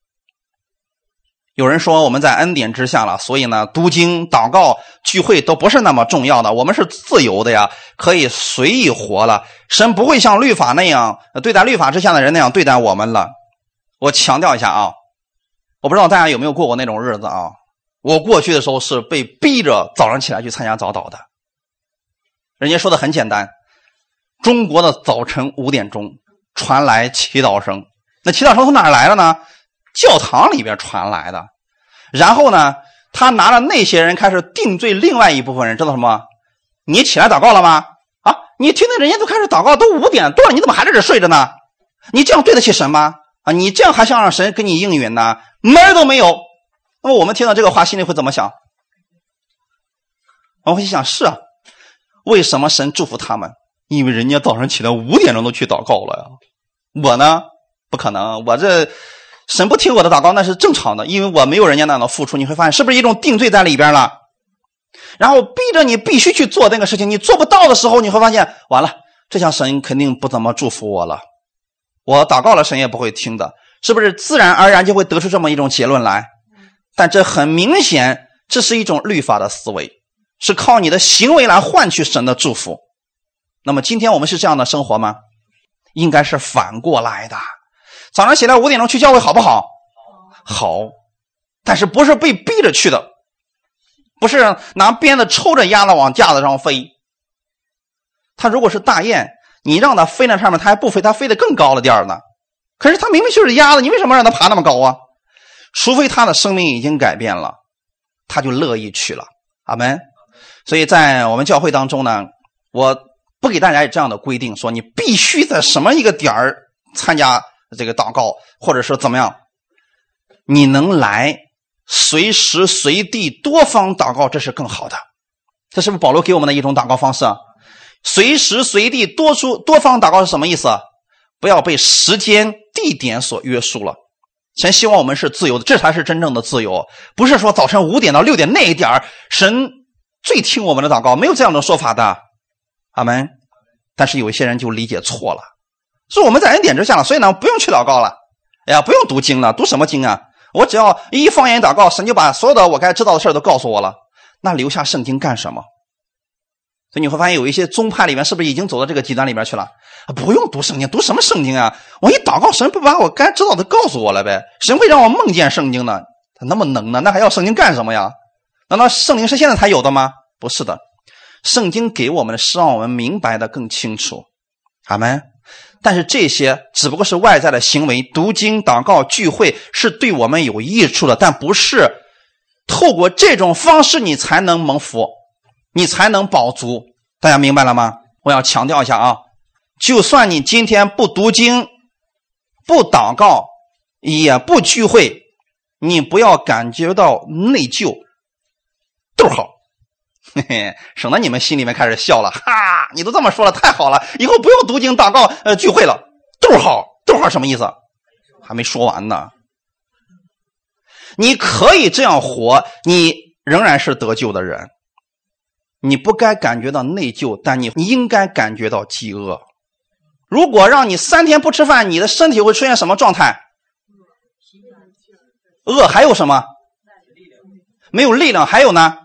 有人说我们在恩典之下了，所以呢读经、祷告、聚会都不是那么重要的，我们是自由的呀，可以随意活了。神不会像律法那样对待律法之下的人那样对待我们了。我强调一下啊，我不知道大家有没有过过那种日子啊？我过去的时候是被逼着早上起来去参加早祷的。人家说的很简单，中国的早晨5点钟传来祈祷声，那祈祷声从哪儿来的呢？教堂里边传来的。然后呢，他拿了那些人开始定罪另外一部分人，知道什么？你起来祷告了吗？啊，你听听人家都开始祷告，都5点多了，你怎么还在这睡着呢？你这样对得起神吗？啊，你这样还想让神给你应允呢？门儿都没有。那么我们听到这个话心里会怎么想？我会想，是啊，为什么神祝福他们？因为人家早上起来5点钟都去祷告了呀。我呢，不可能，我这神不听我的祷告那是正常的，因为我没有人家那样的付出。你会发现是不是一种定罪在里边了？然后逼着你必须去做那个事情，你做不到的时候，你会发现完了，这下神肯定不怎么祝福我了，我祷告了神也不会听的，是不是自然而然就会得出这么一种结论来？但这很明显，这是一种律法的思维，是靠你的行为来换取神的祝福。那么今天我们是这样的生活吗？应该是反过来的。早上起来5点钟去教会好不好？好，但是不是被逼着去的，不是拿鞭子抽着鸭子往架子上飞。他如果是大雁，你让他飞那上面，他还不飞，他飞得更高了点儿呢。可是他明明就是鸭子，你为什么让他爬那么高啊？除非他的生命已经改变了，他就乐意去了。阿们。所以在我们教会当中呢，我不给大家这样的规定，说你必须在什么一个点儿参加这个祷告，或者说怎么样，你能来随时随地多方祷告，这是更好的。这是不是保罗给我们的一种祷告方式啊？随时随地多方祷告是什么意思？不要被时间地点所约束了。神希望我们是自由的，这才是真正的自由，不是说早晨5点到6点那一点神最听我们的祷告，没有这样的说法的。阿们。但是有一些人就理解错了，说我们在恩典之下了，所以呢不用去祷告了，哎呀，不用读经了，读什么经啊？我只要一方言祷告，神就把所有的我该知道的事都告诉我了，那留下圣经干什么？所以你会发现有一些宗派里面是不是已经走到这个极端里边去了？不用读圣经，读什么圣经啊？我一祷告，神不把我该知道的告诉我了呗？神会让我梦见圣经呢？他那么能呢？那还要圣经干什么呀？难道圣灵是现在才有的吗？不是的，圣经给我们的是让我们明白的更清楚。阿们。但是这些只不过是外在的行为，读经、祷告、聚会是对我们有益处的，但不是透过这种方式你才能蒙福，你才能饱足。大家明白了吗？我要强调一下啊，就算你今天不读经，不祷告，也不聚会，你不要感觉到内疚，逗号，嘿嘿，省得你们心里面开始笑了，哈，你都这么说了，太好了，以后不用读经祷告聚会了，逗号，逗号什么意思？还没说完呢。你可以这样活，你仍然是得救的人，你不该感觉到内疚，但你应该感觉到饥饿。如果让你3天不吃饭，你的身体会出现什么状态？饿，还有什么？没有力量，还有呢？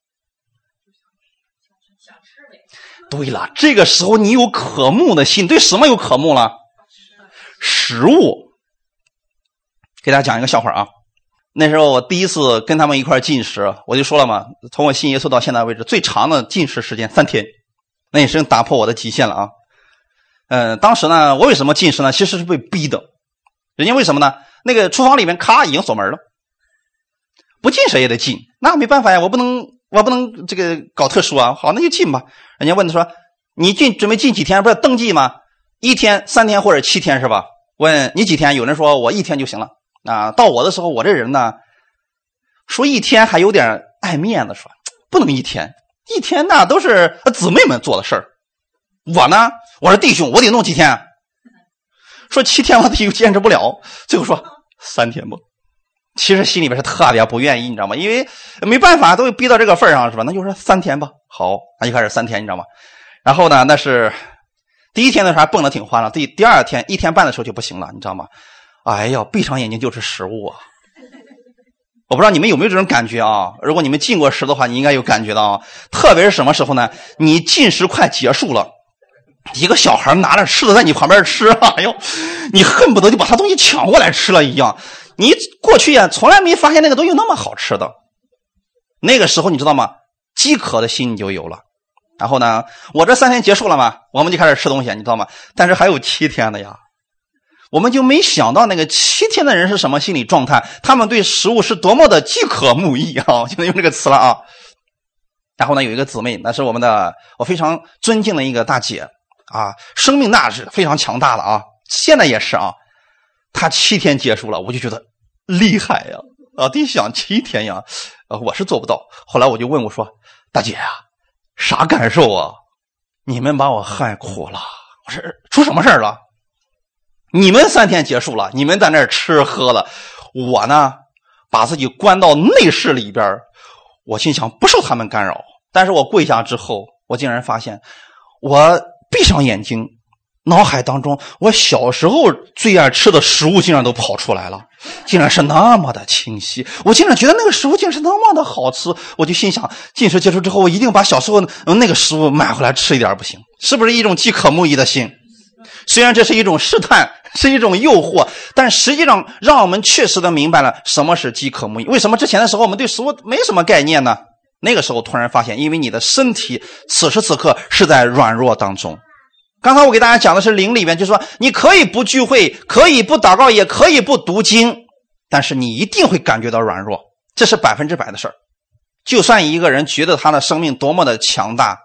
对了，这个时候你有渴慕的心，对什么有渴慕了？食物。给大家讲一个笑话啊。那时候我第一次跟他们一块进食，我就说了嘛，从我信耶稣到现在为止最长的进食时间3天，那也是打破我的极限了啊。当时呢，我为什么进食呢？其实是被逼的。人家为什么呢？那个厨房里面咔已经锁门了，不进谁也得进，那没办法呀，我不能这个搞特殊啊。好，那就进吧。人家问他说，你准备进几天？不是登记吗？1天、3天或者7天是吧？问你几天？有人说我1天就行了。到我的时候，我这人呢，说1天还有点爱面子，说不能1天，1天那都是姊妹们做的事儿。我呢，我是弟兄，我得弄几天？说7天我又坚持不了，最后说3天吧。其实心里边是特别不愿意，你知道吗？因为没办法，都逼到这个份上，是吧？那就说3天吧。好，那就开始3天，你知道吗？然后呢，那是第1天的时候还蹦得挺欢了，第2天1天半的时候就不行了，你知道吗？哎呀，闭上眼睛就是食物啊！我不知道你们有没有这种感觉啊？如果你们进过食的话，你应该有感觉到啊。特别是什么时候呢？你进食快结束了，一个小孩拿着吃的在你旁边吃，哎呦，你恨不得就把他东西抢过来吃了一样。你过去呀，从来没发现那个东西那么好吃的。那个时候你知道吗？饥渴的心你就有了。然后呢，我这3天结束了嘛，我们就开始吃东西，你知道吗？但是还有7天的呀。我们就没想到那个7天的人是什么心理状态，他们对食物是多么的饥渴慕义啊！现在用这个词了啊。然后呢，有一个姊妹，那是我非常尊敬的一个大姐啊，生命那是非常强大的啊，现在也是啊。她7天结束了，我就觉得厉害呀！得想7天呀，我是做不到。后来我就问我说：“大姐啊，啥感受啊？你们把我害苦了。”我说：“出什么事了？你们3天结束了，你们在那儿吃喝了，我呢把自己关到内室里边，我心想不受他们干扰。但是我跪下之后，我竟然发现，我闭上眼睛，脑海当中我小时候最爱吃的食物竟然都跑出来了，竟然是那么的清晰，我竟然觉得那个食物竟然是那么的好吃。我就心想，进食结束之后，我一定把小时候那个食物买回来吃一点，不行？是不是一种饥渴慕义的心？虽然这是一种试探，是一种诱惑，但实际上让我们确实的明白了什么是饥渴慕义。为什么之前的时候我们对食物没什么概念呢？那个时候突然发现，因为你的身体此时此刻是在软弱当中。刚才我给大家讲的是灵里面，就是说你可以不聚会，可以不祷告，也可以不读经，但是你一定会感觉到软弱，这是100%的事儿。就算一个人觉得他的生命多么的强大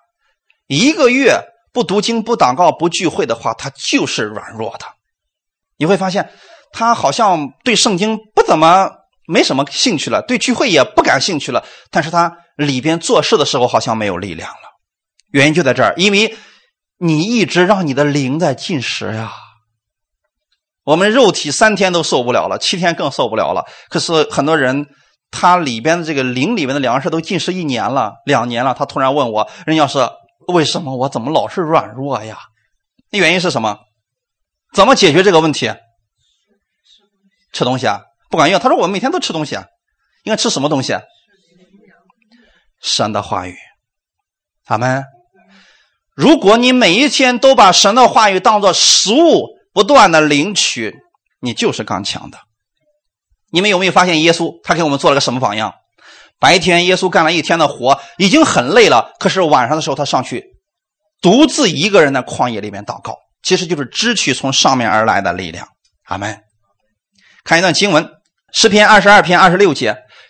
，1个月不读经、不祷告、不聚会的话，他就是软弱的。你会发现他好像对圣经没什么兴趣了，对聚会也不感兴趣了，但是他里边做事的时候好像没有力量了。原因就在这儿，因为你一直让你的灵在进食呀。我们肉体3天都受不了了，7天更受不了了。可是很多人他里边的这个灵里面的粮食都进食1年了、2年了，他突然问我，人家是为什么我怎么老是软弱呀？那原因是什么？怎么解决这个问题？吃东西啊，不管用。他说我每天都吃东西啊，应该吃什么东西？神的话语。阿们。如果你每一天都把神的话语当作食物不断的领取，你就是刚强的。你们有没有发现耶稣他给我们做了个什么榜样？白天耶稣干了1天的活，已经很累了，可是晚上的时候他上去独自一个人在旷野里面祷告，其实就是支取从上面而来的力量。阿们。看一段经文，诗篇22篇26节，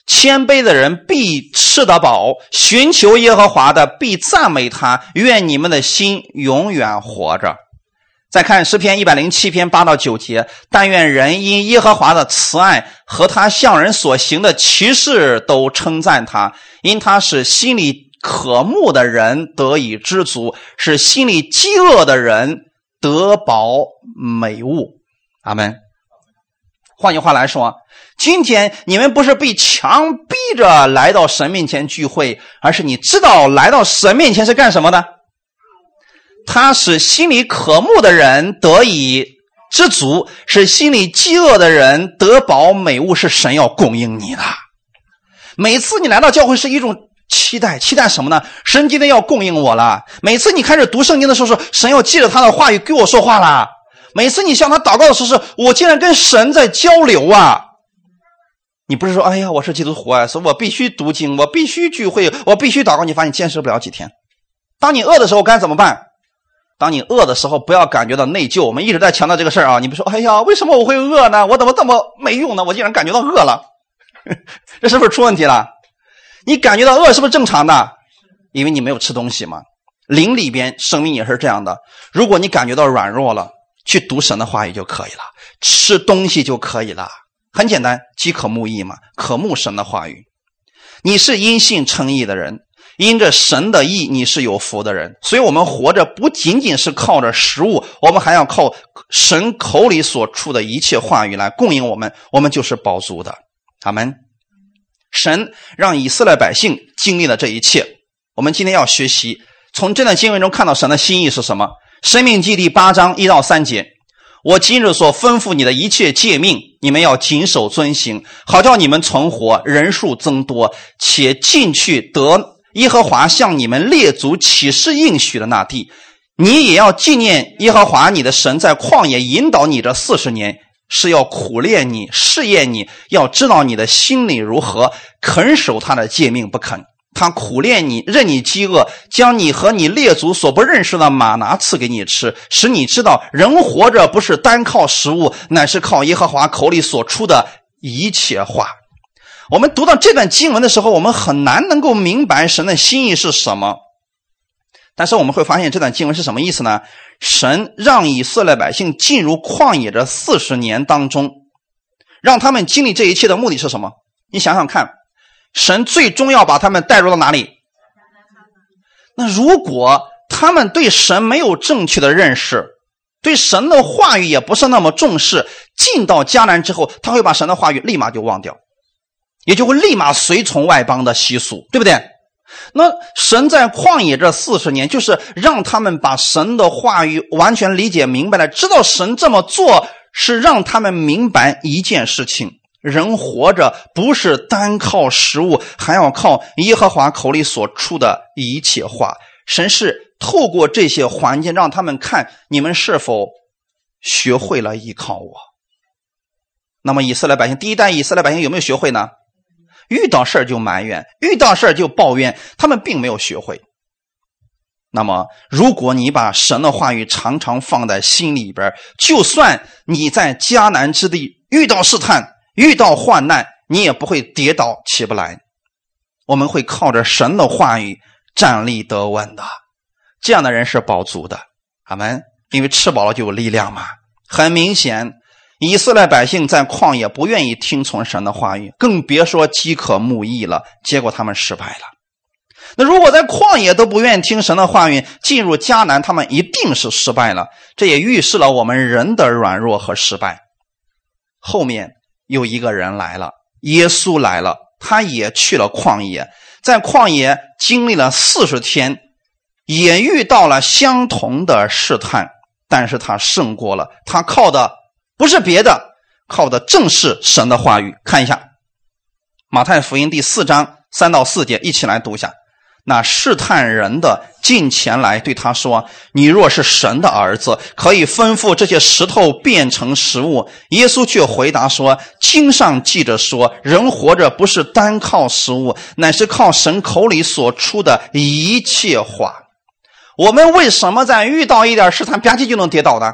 谦卑的人必吃得饱，寻求耶和华的必赞美他，愿你们的心永远活着。再看诗篇107篇8到9节，但愿人因耶和华的慈爱和他向人所行的奇事都称赞他，因他使心里渴慕的人得以知足，使心里饥饿的人得饱美物。阿们。换句话来说，今天你们不是被强逼着来到神面前聚会，而是你知道来到神面前是干什么的。他使心里渴慕的人得以知足，使心里饥饿的人得饱美物，是神要供应你的。每次你来到教会是一种期待什么呢？神今天要供应我了。每次你开始读圣经的时候，是神要借着他的话语给我说话了。每次你向他祷告的时候，是我竟然跟神在交流啊。你不是说哎呀我是基督徒啊，所以我必须读经，我必须聚会，我必须祷告，你发现坚持不了几天。当你饿的时候该怎么办？当你饿的时候不要感觉到内疚，我们一直在强调这个事儿啊。你不说哎呀为什么我会饿呢？我怎么这么没用呢？我竟然感觉到饿了这是不是出问题了？你感觉到饿是不是正常的？因为你没有吃东西嘛。灵里边生命也是这样的，如果你感觉到软弱了，去读神的话语就可以了，吃东西就可以了，很简单，饥渴慕义嘛，渴慕神的话语。你是因信称义的人，因着神的义你是有福的人。所以我们活着不仅仅是靠着食物，我们还要靠神口里所出的一切话语来供应我们，我们就是饱足的。阿们。神让以色列百姓经历了这一切，我们今天要学习从这段经文中看到神的心意是什么。申命记第8章1到3节，我今日所吩咐你的一切诫命，你们要谨守遵行，好叫你们存活，人数增多，且进去得耶和华向你们列祖起誓应许的那地。你也要纪念耶和华你的神在旷野引导你这40年，是要苦练你，试验你，要知道你的心里如何，肯守他的诫命不肯。他苦练你，任你饥饿，将你和你列祖所不认识的玛拿赐给你吃，使你知道人活着不是单靠食物，乃是靠耶和华口里所出的一切话。我们读到这段经文的时候，我们很难能够明白神的心意是什么，但是我们会发现这段经文是什么意思呢？神让以色列百姓进入旷野这40年当中，让他们经历这一切的目的是什么？你想想看，神最终要把他们带入到哪里？那如果他们对神没有正确的认识，对神的话语也不是那么重视，进到迦南之后，他会把神的话语立马就忘掉，也就会立马随从外邦的习俗，对不对？那神在旷野这40年，就是让他们把神的话语完全理解明白了，知道神这么做是让他们明白一件事情，人活着不是单靠食物，还要靠耶和华口里所出的一切话。神是透过这些环境让他们看你们是否学会了依靠我。那么以色列百姓，第一代以色列百姓有没有学会呢？遇到事儿就埋怨，遇到事儿就抱怨，他们并没有学会。那么如果你把神的话语常常放在心里边，就算你在迦南之地遇到试探，遇到患难，你也不会跌倒起不来。我们会靠着神的话语站立得稳的，这样的人是饱足的。阿们。因为吃饱了就有力量嘛。很明显以色列百姓在旷野不愿意听从神的话语，更别说饥渴慕义了，结果他们失败了。那如果在旷野都不愿意听神的话语，进入迦南他们一定是失败了。这也预示了我们人的软弱和失败。后面有一个人来了，耶稣来了，他也去了旷野，在旷野经历了40天，也遇到了相同的试探，但是他胜过了。他靠的不是别的，靠的正是神的话语。看一下马太福音第4章3到4节，一起来读一下。那试探人的近前来对他说，你若是神的儿子，可以吩咐这些石头变成食物。耶稣却回答说，经上记着说，人活着不是单靠食物，乃是靠神口里所出的一切话。我们为什么在遇到一点试探吧唧就能跌倒呢？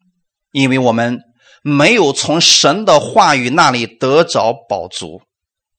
因为我们没有从神的话语那里得着饱足。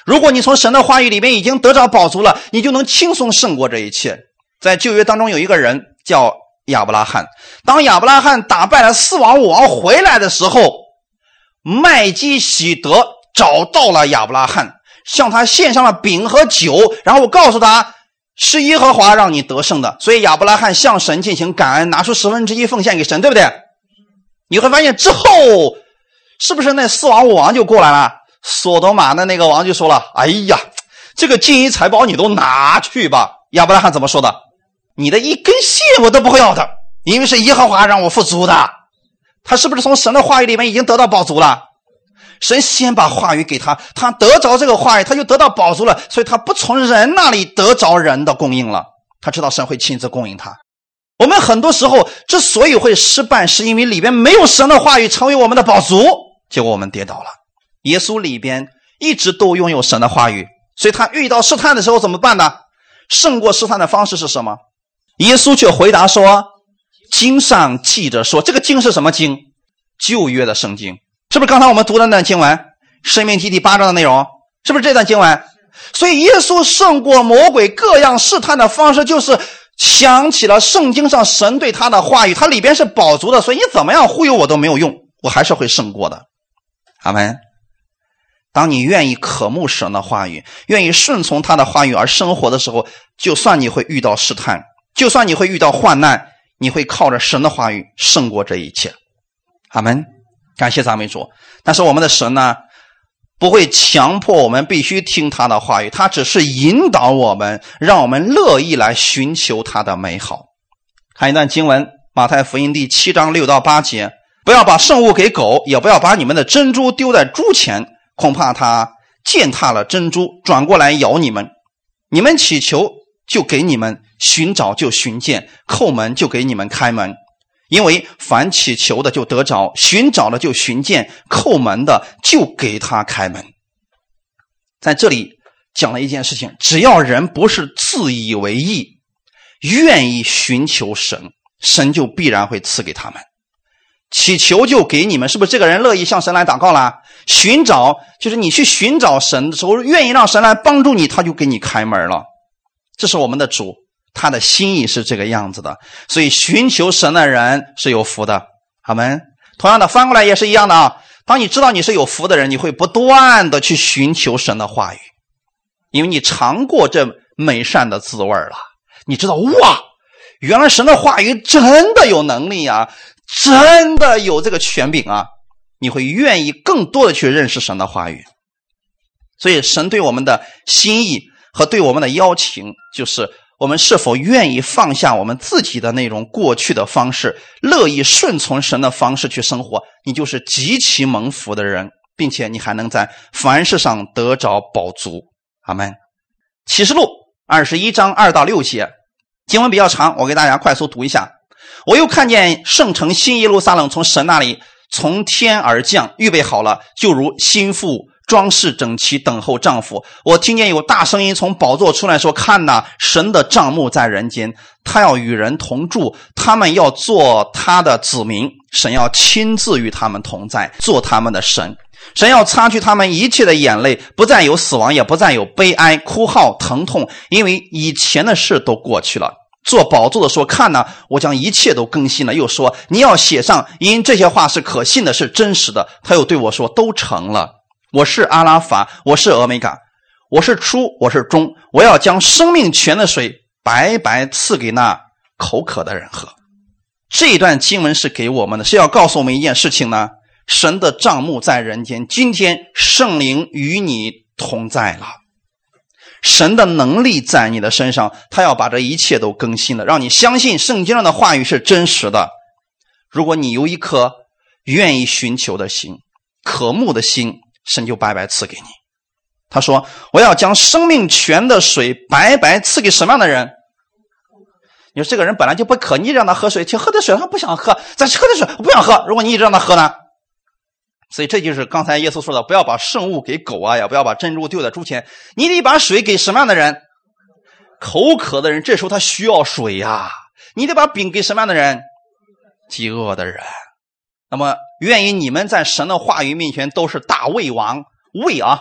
如果你从神的话语里面已经得着饱足了，你就能轻松胜过这一切。在旧约当中有一个人叫亚伯拉罕，当亚伯拉罕打败了四王五王回来的时候，麦基洗德找到了亚伯拉罕，向他献上了饼和酒，然后告诉他是耶和华让你得胜的。所以亚伯拉罕向神进行感恩，拿出1/10奉献给神，对不对？你会发现之后是不是那四王五王就过来了？索多玛的那个王就说了，哎呀，这个金银财宝你都拿去吧。亚伯拉罕怎么说的？你的一根线我都不会要的，因为是耶和华让我富足的。他是不是从神的话语里面已经得到饱足了？神先把话语给他，他得着这个话语，他就得到饱足了，所以他不从人那里得着人的供应了，他知道神会亲自供应他。我们很多时候之所以会失败，是因为里边没有神的话语成为我们的饱足，结果我们跌倒了。耶稣里边一直都拥有神的话语，所以他遇到试探的时候怎么办呢？胜过试探的方式是什么？耶稣却回答说，经上记着说，这个经是什么经？旧约的圣经，是不是刚才我们读的那段经文申命记第8章的内容？是不是这段经文？所以耶稣胜过魔鬼各样试探的方式，就是想起了圣经上神对他的话语，它里边是饱足的，所以你怎么样忽悠我都没有用，我还是会胜过的。阿们。当你愿意渴慕神的话语，愿意顺从他的话语而生活的时候，就算你会遇到试探，就算你会遇到患难，你会靠着神的话语胜过这一切。阿们，感谢赞美主。但是我们的神呢，不会强迫我们必须听他的话语，他只是引导我们，让我们乐意来寻求他的美好。看一段经文，马太福音第7章6到8节，不要把圣物给狗，也不要把你们的珍珠丢在猪前，恐怕它践踏了珍珠，转过来咬你们。你们祈求就给你们，寻找就寻见，叩门就给你们开门。因为凡祈求的就得着，寻找的就寻见，叩门的就给他开门。在这里讲了一件事情，只要人不是自以为意，愿意寻求神，神就必然会赐给他们。祈求就给你们，是不是这个人乐意向神来祷告了？寻找就是你去寻找神的时候，愿意让神来帮助你，他就给你开门了。这是我们的主，他的心意是这个样子的，所以寻求神的人是有福的。阿们。同样的翻过来也是一样的啊。当你知道你是有福的人，你会不断的去寻求神的话语，因为你尝过这美善的滋味了。你知道，哇，原来神的话语真的有能力啊，真的有这个权柄啊，你会愿意更多的去认识神的话语。所以神对我们的心意和对我们的邀请，就是我们是否愿意放下我们自己的那种过去的方式，乐意顺从神的方式去生活，你就是极其蒙福的人，并且你还能在凡事上得着饱足。阿们。启示录21章2到6节，经文比较长，我给大家快速读一下。我又看见圣城新耶路撒冷从神那里从天而降，预备好了，就如新妇装饰整齐，等候丈夫。我听见有大声音从宝座出来说，看哪，神的帐幕在人间，他要与人同住，他们要做他的子民，神要亲自与他们同在，做他们的神。神要擦去他们一切的眼泪，不再有死亡，也不再有悲哀、哭号、疼痛，因为以前的事都过去了。做宝座的说，看哪，我将一切都更新了。又说，你要写上，因这些话是可信的，是真实的。他又对我说，都成了。我是阿拉法，我是俄梅嘎，我是初，我是终，我要将生命泉的水白白赐给那口渴的人喝。这一段经文是给我们的，是要告诉我们一件事情呢，神的帐幕在人间，今天圣灵与你同在了，神的能力在你的身上，他要把这一切都更新了，让你相信圣经上的话语是真实的。如果你有一颗愿意寻求的心，渴慕的心，神就白白赐给你。他说，我要将生命泉的水白白赐给什么样的人？你说这个人本来就不渴，你让他喝水，喝的水他不想喝，咱喝的水我不想喝，如果你一直让他喝呢？所以这就是刚才耶稣说的，不要把圣物给狗啊，也不要把珍珠丢在猪前，你得把水给什么样的人？口渴的人，这时候他需要水啊。你得把饼给什么样的人？饥饿的人。那么愿意你们在神的话语面前都是大胃王，胃啊，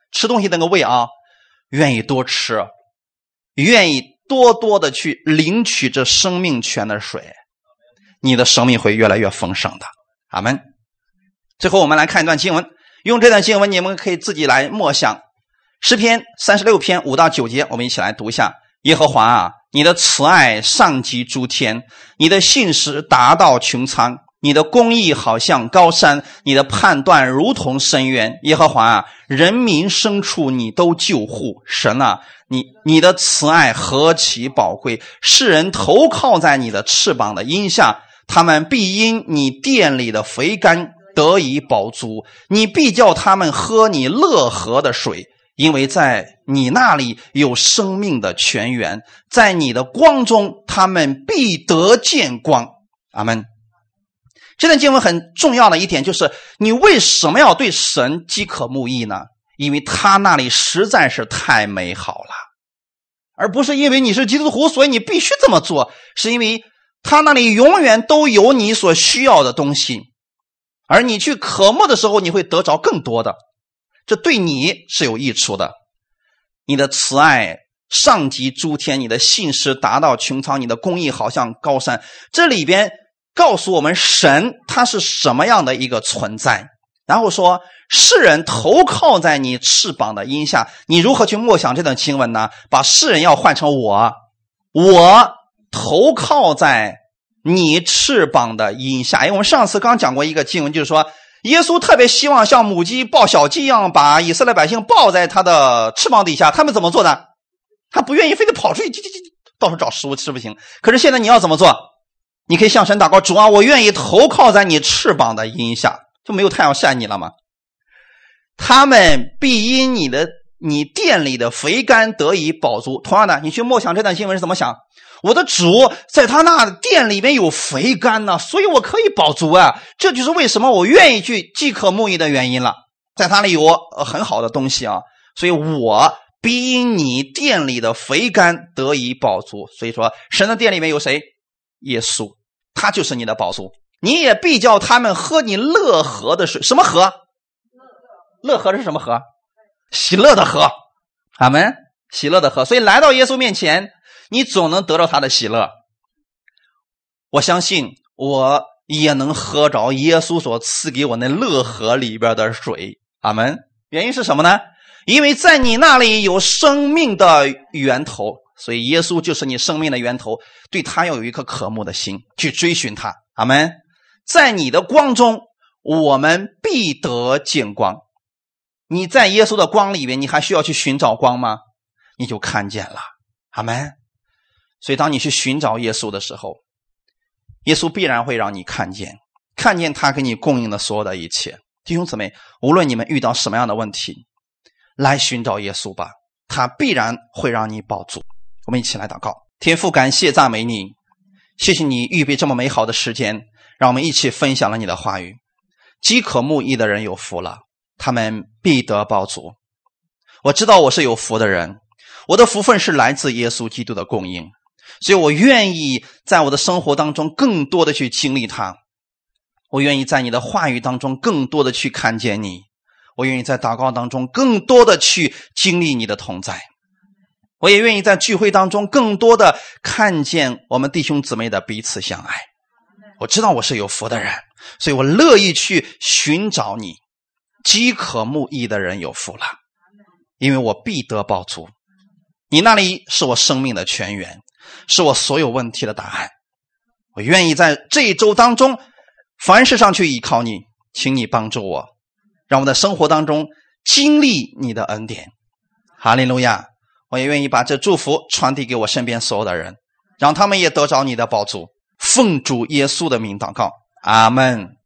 吃东西那个胃啊，愿意多吃，愿意多多的去领取这生命泉的水，你的生命会越来越丰盛的。阿们。最后我们来看一段经文，用这段经文你们可以自己来默想。诗篇36篇5到9节，我们一起来读一下。耶和华啊，你的慈爱上及诸天，你的信实达到穹苍，你的公义好像高山，你的判断如同深渊。耶和华啊，人民牲畜你都救护。神啊，你的慈爱何其宝贵，世人投靠在你的翅膀的荫下，他们必因你殿里的肥甘得以饱足，你必叫他们喝你乐河的水，因为在你那里有生命的泉源，在你的光中他们必得见光。阿们。这段经文很重要的一点就是，你为什么要对神饥渴慕义呢？因为他那里实在是太美好了，而不是因为你是基督徒所以你必须这么做，是因为他那里永远都有你所需要的东西，而你去渴慕的时候你会得着更多的，这对你是有益处的。你的慈爱上及诸天，你的信实达到穹苍，你的公义好像高山。这里边告诉我们神他是什么样的一个存在，然后说世人投靠在你翅膀的荫下。你如何去默想这段经文呢？把世人要换成我投靠在你翅膀的荫下。因为我们上次刚讲过一个经文，就是说耶稣特别希望像母鸡抱小鸡一样把以色列百姓抱在他的翅膀底下，他们怎么做的？他不愿意，非得跑出去到处找食物吃不行。可是现在你要怎么做？你可以向神祷告，主啊，我愿意投靠在你翅膀的荫下，就没有太阳晒你了吗？他们必因你殿里的肥甘得以饱足。同样的，你去默想这段经文是怎么想？我的主在他那殿里面有肥甘呢，所以我可以饱足啊。这就是为什么我愿意去饥渴慕义的原因了。在他那里有很好的东西啊，所以我必因你殿里的肥甘得以饱足。所以说神的殿里面有谁？耶稣，他就是你的饱足。你也必叫他们喝你乐河的水。什么河？乐河是什么河？喜乐的河。阿们。喜乐的河。所以来到耶稣面前，你总能得到他的喜乐。我相信我也能喝着耶稣所赐给我那乐河里边的水。阿们。原因是什么呢？因为在你那里有生命的源头，所以耶稣就是你生命的源头，对他要有一颗渴慕的心去追寻他。阿们。在你的光中我们必得见光。你在耶稣的光里面，你还需要去寻找光吗？你就看见了。阿们。所以当你去寻找耶稣的时候，耶稣必然会让你看见他给你供应的所有的一切。弟兄姊妹，无论你们遇到什么样的问题，来寻找耶稣吧，他必然会让你饱足。我们一起来祷告。天父，感谢赞美你，谢谢你预备这么美好的时间，让我们一起分享了你的话语。饥渴慕义的人有福了，他们必得饱足。我知道我是有福的人，我的福分是来自耶稣基督的供应，所以我愿意在我的生活当中更多的去经历它。我愿意在你的话语当中更多的去看见你，我愿意在祷告当中更多的去经历你的同在。我也愿意在聚会当中更多的看见我们弟兄姊妹的彼此相爱。我知道我是有福的人，所以我乐意去寻找你。饥渴慕义的人有福了，因为我必得饱足。你那里是我生命的泉源，是我所有问题的答案。我愿意在这一周当中凡事上去依靠你，请你帮助我，让我在生活当中经历你的恩典。哈利路亚。我也愿意把这祝福传递给我身边所有的人，让他们也得着你的饱足。奉主耶稣的名祷告，阿们。